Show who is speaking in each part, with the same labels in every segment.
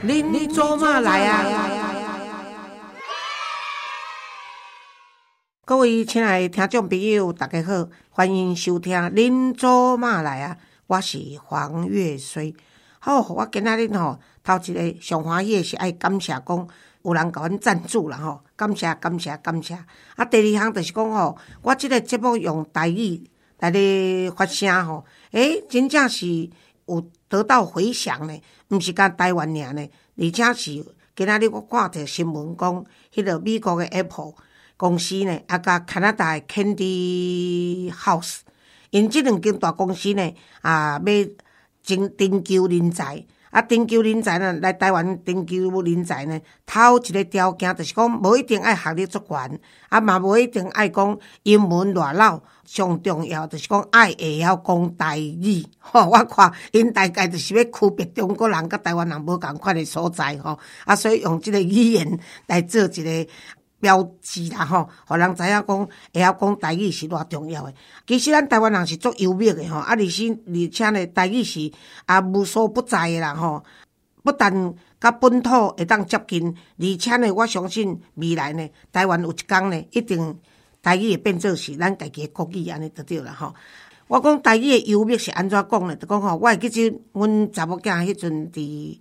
Speaker 1: 恁做嘛来啊？各位亲爱的听众朋友，大家好，欢迎收听《恁做嘛来啊》，我是黄月水。好，我今仔日头一个上欢喜的是爱感谢讲有人甲阮赞助啦吼，感谢。啊，第二项就是讲我即个节目用台语来咧发声吼，真正是有得到回响呢，毋是甲台湾尔呢，而且是今仔日我看着新闻讲，迄个美国的 Apple 公司呢，甲加拿大的 Candy House， 因即两间大公司呢，要征求人才。征求人才呢，来台湾征求人才呢，头一个条件就是讲，无一定爱学历足悬，嘛无一定爱讲英文偌老，上重要就是讲爱会晓讲台语。我看因大概就是要区别中国人甲台湾人无共款的所在所以用即个语言来做一个标志啦互人知影讲会晓讲台语是偌重要的。其实咱台湾人是足优美的而且呢台语是无所不在的啦不但甲本土会当接近，而且呢我相信未来呢台湾有一天呢一定台语会变做是咱家己的国语安尼就对啦我讲台语的优美是安怎讲呢？就讲我会记得阮查某囝迄阵伫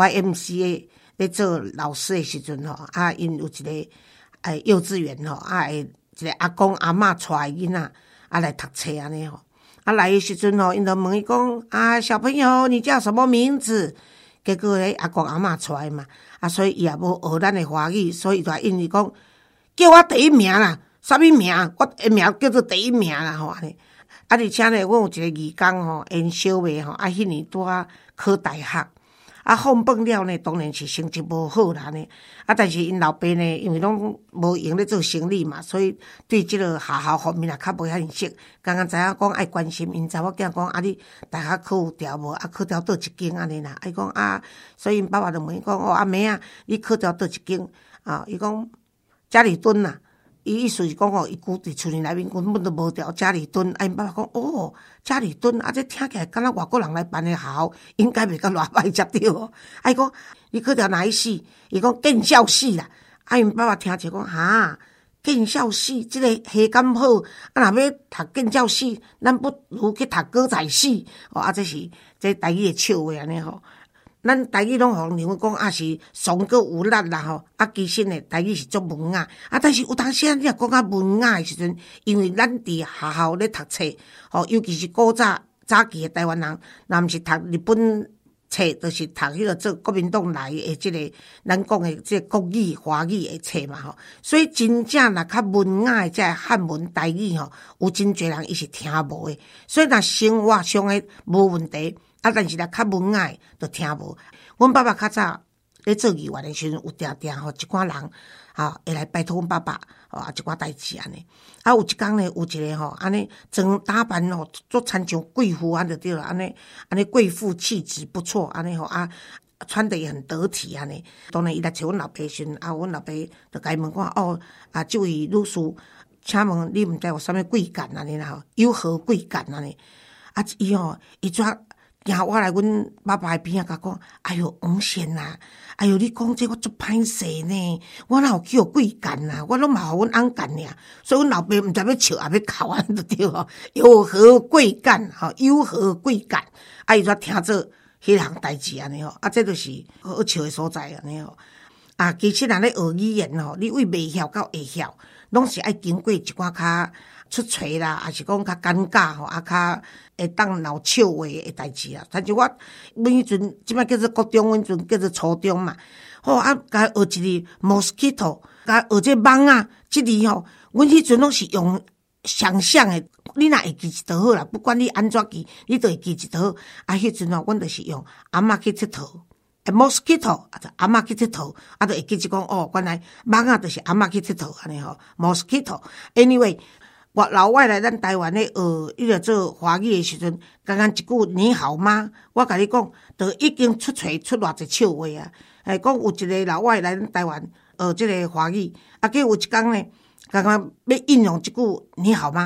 Speaker 1: YMCA 咧做老师的时阵因有一个幼稚园会一个阿公阿嬷带囡仔来读册安尼来的时阵因就问伊讲小朋友你叫什么名字？结果咧阿公阿嬷带嘛所以伊也无学咱的华语，所以就因为讲叫我第一名啦，啥物名？我的名叫做第一名啦安尼而且呢，阮有一个义工因小妹迄年拄考大学。放榜了呢，当然是成绩无好啦呢。但是因老爸呢，因为拢无用咧做生意嘛，所以对即个学校方面较无遐认识。刚刚知影讲爱关心因查某囝讲你大学考有调无？考调倒一间安尼啦。伊讲所以因爸爸就问伊讲妹仔，你考调倒一间？伊讲家里蹲啦。伊意思是讲伊居伫厝里内面根本都无调家里蹲。因爸爸讲家里蹲这听起来敢若外国人来办的学校，应该袂甲偌歹接着伊讲你考调哪一系？伊讲建校系啦。因爸爸听者讲建校系这个系咁好，若要读建校系，咱不如去读歌仔戏这台语的笑话安尼咱台语拢互人讲是爽个有力啦其实呢台语是足文雅但是有当时你若讲文雅的时阵，因为咱伫学校咧读册尤其是古早期的台湾人，若毋是读日本册，就是读迄个做国民党来的即个咱讲的即个国语华语的册嘛所以真正若较文雅的即个汉文台语有真侪人伊是听无的，所以若生活上的无问题但是若较文雅就听无。阮爸爸较早咧做议员的时阵，有定一寡人会来拜托阮爸爸一寡代志安尼。有一天呢，有一个安尼装打扮做参像贵妇安就对了，安尼贵妇气质不错安尼穿得也很得体安尼。当然伊来找阮老爸时阵阮老爸就甲伊问讲这位女士，请问你毋知有啥物贵干安尼啦？有何贵干安尼？伊行我来阮爸爸的边甲讲，哎哟王贤啊，哎哟你讲这我足歹势呢，我哪有叫贵干啊？我拢嘛互阮翁干尔，所以阮老爸毋知要笑也要哭安就对有何贵干有何贵干伊煞听做迄项代志安尼这就是好笑的所在安尼其实咱咧学语言你为未晓到会晓，拢是爱经过一寡较出锤啦，还是讲较尴尬较会当闹笑话的代志啦。但是我迄阵即摆叫做国中，阮阵叫做初中嘛。甲学一字 mosquito， 甲学这蚊这字阮迄阵拢是用想象的。你若会记一就好啦，不管你安怎记，你都会记一就好。迄阵阮就是用阿嬷去佚佗。mosquito 阿嬷去佚佗就会记住讲原来蚊就是阿嬷去佚佗安尼mosquito anyway。老外来咱台湾咧学迄个做华语的时阵，刚刚一句你好吗？我甲你讲，就已经出偌济笑话讲有一个老外来咱台湾学即个华语，结果有一天呢，刚刚要应用一句你好吗？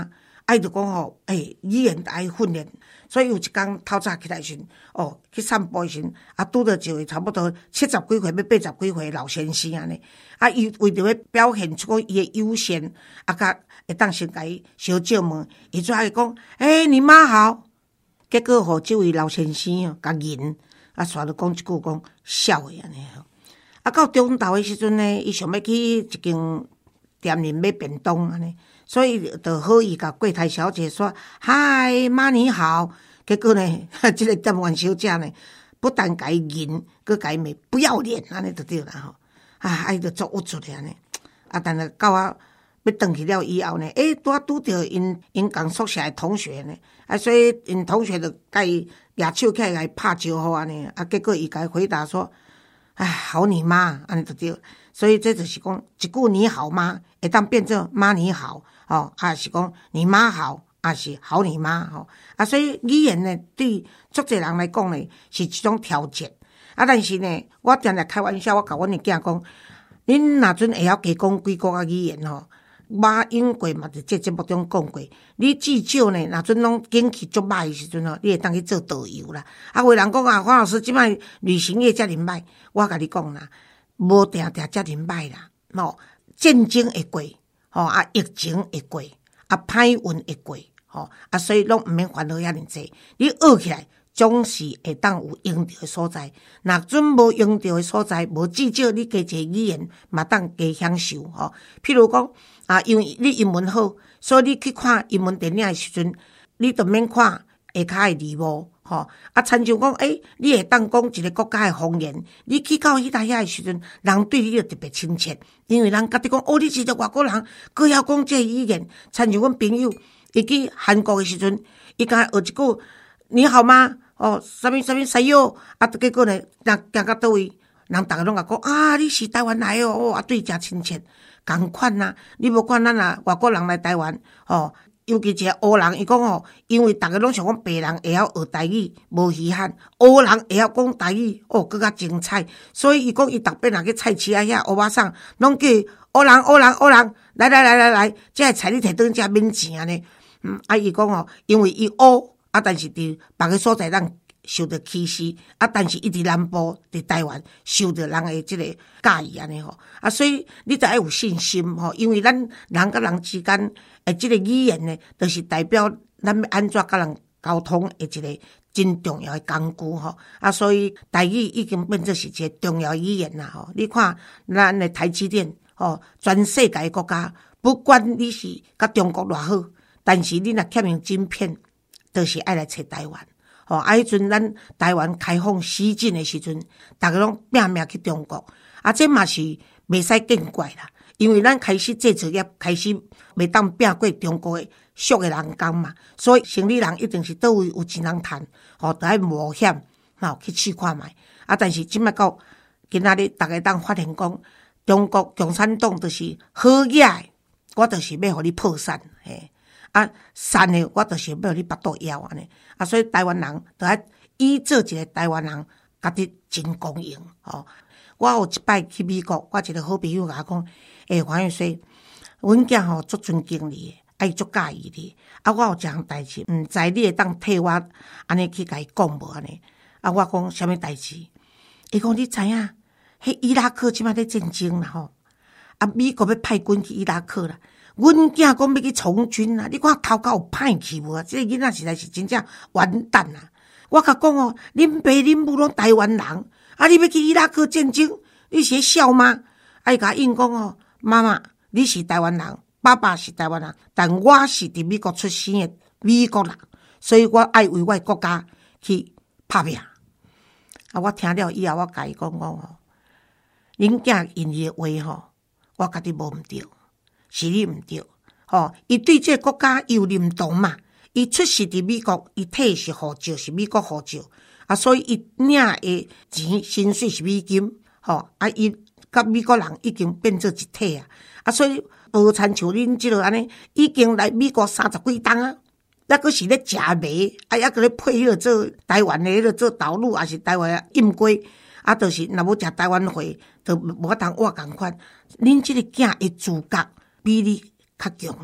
Speaker 1: 伊就讲吼，语言爱训练。所以有一天透早起来时，去散步时，拄到一位差不多70几岁要80几岁老先生安尼。伊为着要表现出伊的友善，甲会当先甲伊小借问，伊就爱讲，你妈好。结果互这位老先生甲赢，煞着讲一句讲笑的安尼吼。到中昼的时阵呢，伊想要去一间店里买便当安尼。所以就好意甲柜台小姐说：“嗨，妈你好。”结果呢，这个店员小姐呢，不但甲伊赢，佮甲伊骂不要脸，安尼就对啦吼。伊就作恶出的安尼。但是到要转去了以后呢，拄着因共宿舍的同学呢，所以因同学就甲伊举手起来甲伊拍招呼安尼。结果伊甲伊回答说：“好你妈，安尼就对。”所以这就是讲一句你好吗，会当变做妈你好。是讲你妈好，是好你妈吼。所以语言呢，对足侪人来讲呢，是一种调节。但是呢，我常常开玩笑，我甲阮的囝讲，恁若阵会晓加讲几个语言吼，我英过嘛，伫这节目中讲过。你至少呢，若阵拢景气足歹的时阵吼，你会当去做导游啦。有人讲黄老师即摆旅行业遮尔歹，我甲你讲啦，无定定遮尔歹啦。战争会过。疫情会过，歹运会过，所以拢毋免烦恼遐尼济。你学起来，总是会当有用着的所在。若准无用着的所在，无至少你加一个语言嘛，当加享受譬如讲因为你英文好，所以你去看英文电影的时阵，你就免看下骹的字幕。亲像讲，你会当讲一个国家的方言，你去到迄搭遐的时阵，人对你就特别亲切，因为人甲你讲，你是一个外国人，佮晓讲这语言。亲像阮朋友，伊去韩国的时阵，伊敢学一句你好吗？啥物使哟，结果呢，人行到倒位，人逐个拢甲讲你是台湾来哦，对真亲切，共款呐。你无管咱外国人来台湾，尤其一个黑人，伊讲因为逐个拢想讲白人会晓学台语，无稀罕，黑人会晓讲台语，更加精彩。所以伊讲伊逐摆若去菜市遐蚵仔送，拢叫黑人，来，这菜你摕转遮免钱安尼。伊讲因为伊黑，但是伫别个所在咱受到歧视，但是伊伫南部伫台湾受到人的即个介意安尼吼。所以你才要有信心吼，因为咱人甲人之间即个语言呢，就是代表咱要安怎甲人沟通的一个真重要的工具吼。所以台语已经变做是一个重要语言啦吼。你看咱的台积电全世界的国家，不管你是甲中国偌好，但是你若欠用晶片，就是爱来找台湾。迄阵咱台湾开放西进的时阵，逐个拢拼命去中国，这嘛是袂使见怪啦。因为咱开始制造业开始袂当拼过中国的俗的人工嘛，所以生理人一定是倒位有钱人趁，就爱冒险去试看卖。但是即摆到今仔日，逐个当发现讲，中国共产党就是好野的，我就是要互你破产嘿。善的我就是要互你巴肚枵安尼。所以台湾人就要依做一个台湾人，家己真公平我有一摆去美国，我一个好朋友甲我讲，黄月水，阮囝足尊敬你的，伊足介意你。我有一项代志，毋知你会当替我安尼去甲伊讲无安尼。我讲啥物代志？伊讲你知影，迄伊拉克即摆咧战争啦吼，美国要派军去伊拉克啦。阮囝讲要去从军啊！你看头壳有歹去无啊？这个囡仔实在是真正完蛋啊！我甲讲恁爸恁母拢台湾人，你要去伊拉克战争，你是笑吗？伊甲应讲妈妈，你是台湾人，爸爸是台湾人，但我是伫美国出生的美国人，所以我爱为我的国家去拍拼。我听了以后，我甲伊讲恁囝因伊的话我家己无毋对。是你毋对，伊对这个国家有认同嘛？伊出世伫美国，伊摕是护照是美国护照，所以伊领的钱薪水是美金，伊甲美国人已经变做一体所以无亲像恁即落安尼，已经来美国30几冬啊，抑阁是咧食糜，抑阁咧配迄个做台湾的迄个做豆乳，也是台湾的饮粿，就是若要食台湾货，就无法通活共款。恁即个囝的自觉比你较强啦，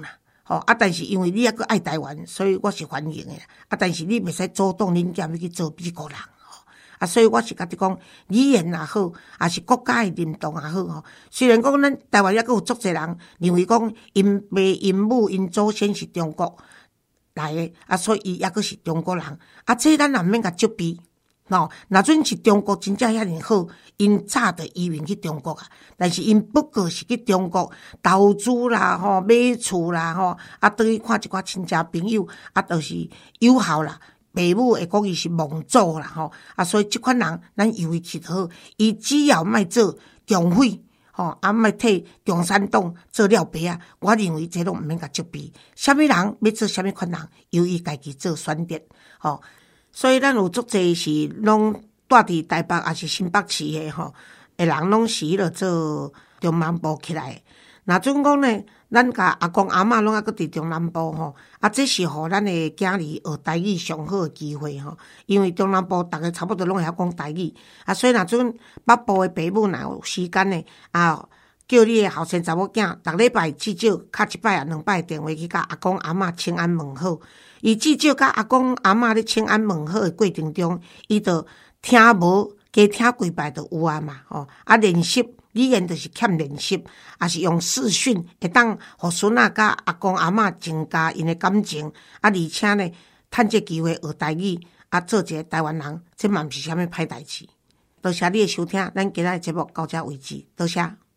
Speaker 1: 但是因为你还佫爱台湾，所以我是欢迎的。但是你袂使主动恁囝要去做美国人。所以我是甲你讲，语言也好，也是国家的认同也好虽然讲咱台湾还佫有足侪人认为讲因爸因母因祖先是中国来的所以伊还佫是中国人这咱也免甲责备若准是中国真正遐尼好，因早就移民去中国但是因不过是去中国投资啦买厝啦倒去看一寡亲戚朋友就是有效啦。爸母会讲伊是蒙祖啦所以即款人咱由伊去就好，伊只要莫做共匪莫替共产党做了爸我认为这拢毋免甲责备。啥物人要做啥物款人，由伊家己做选择所以咱有足侪是拢住伫台北也是新北市的的人拢是做中南部起来。若准讲呢，咱甲阿公阿嬷拢还佫伫中南部这是互咱的囝儿学台语上好的机会因为中南部逐个差不多拢会晓讲台语所以若准北部的爸母若有时间呢叫你的后生查某囝逐礼拜至少敲一摆2摆电话去甲阿公阿嬷请安问好。伊至少甲阿公阿嬷咧请安问好的过程中，伊就听无加听几摆就有嘛练习语言就是欠练习，也是用视讯会当互孙仔甲阿公阿嬷增加因的感情而且呢，趁这机会学台语做一个台湾人，这嘛毋是啥物歹代志。多谢你的收听，咱今仔的节目到这为止，多谢。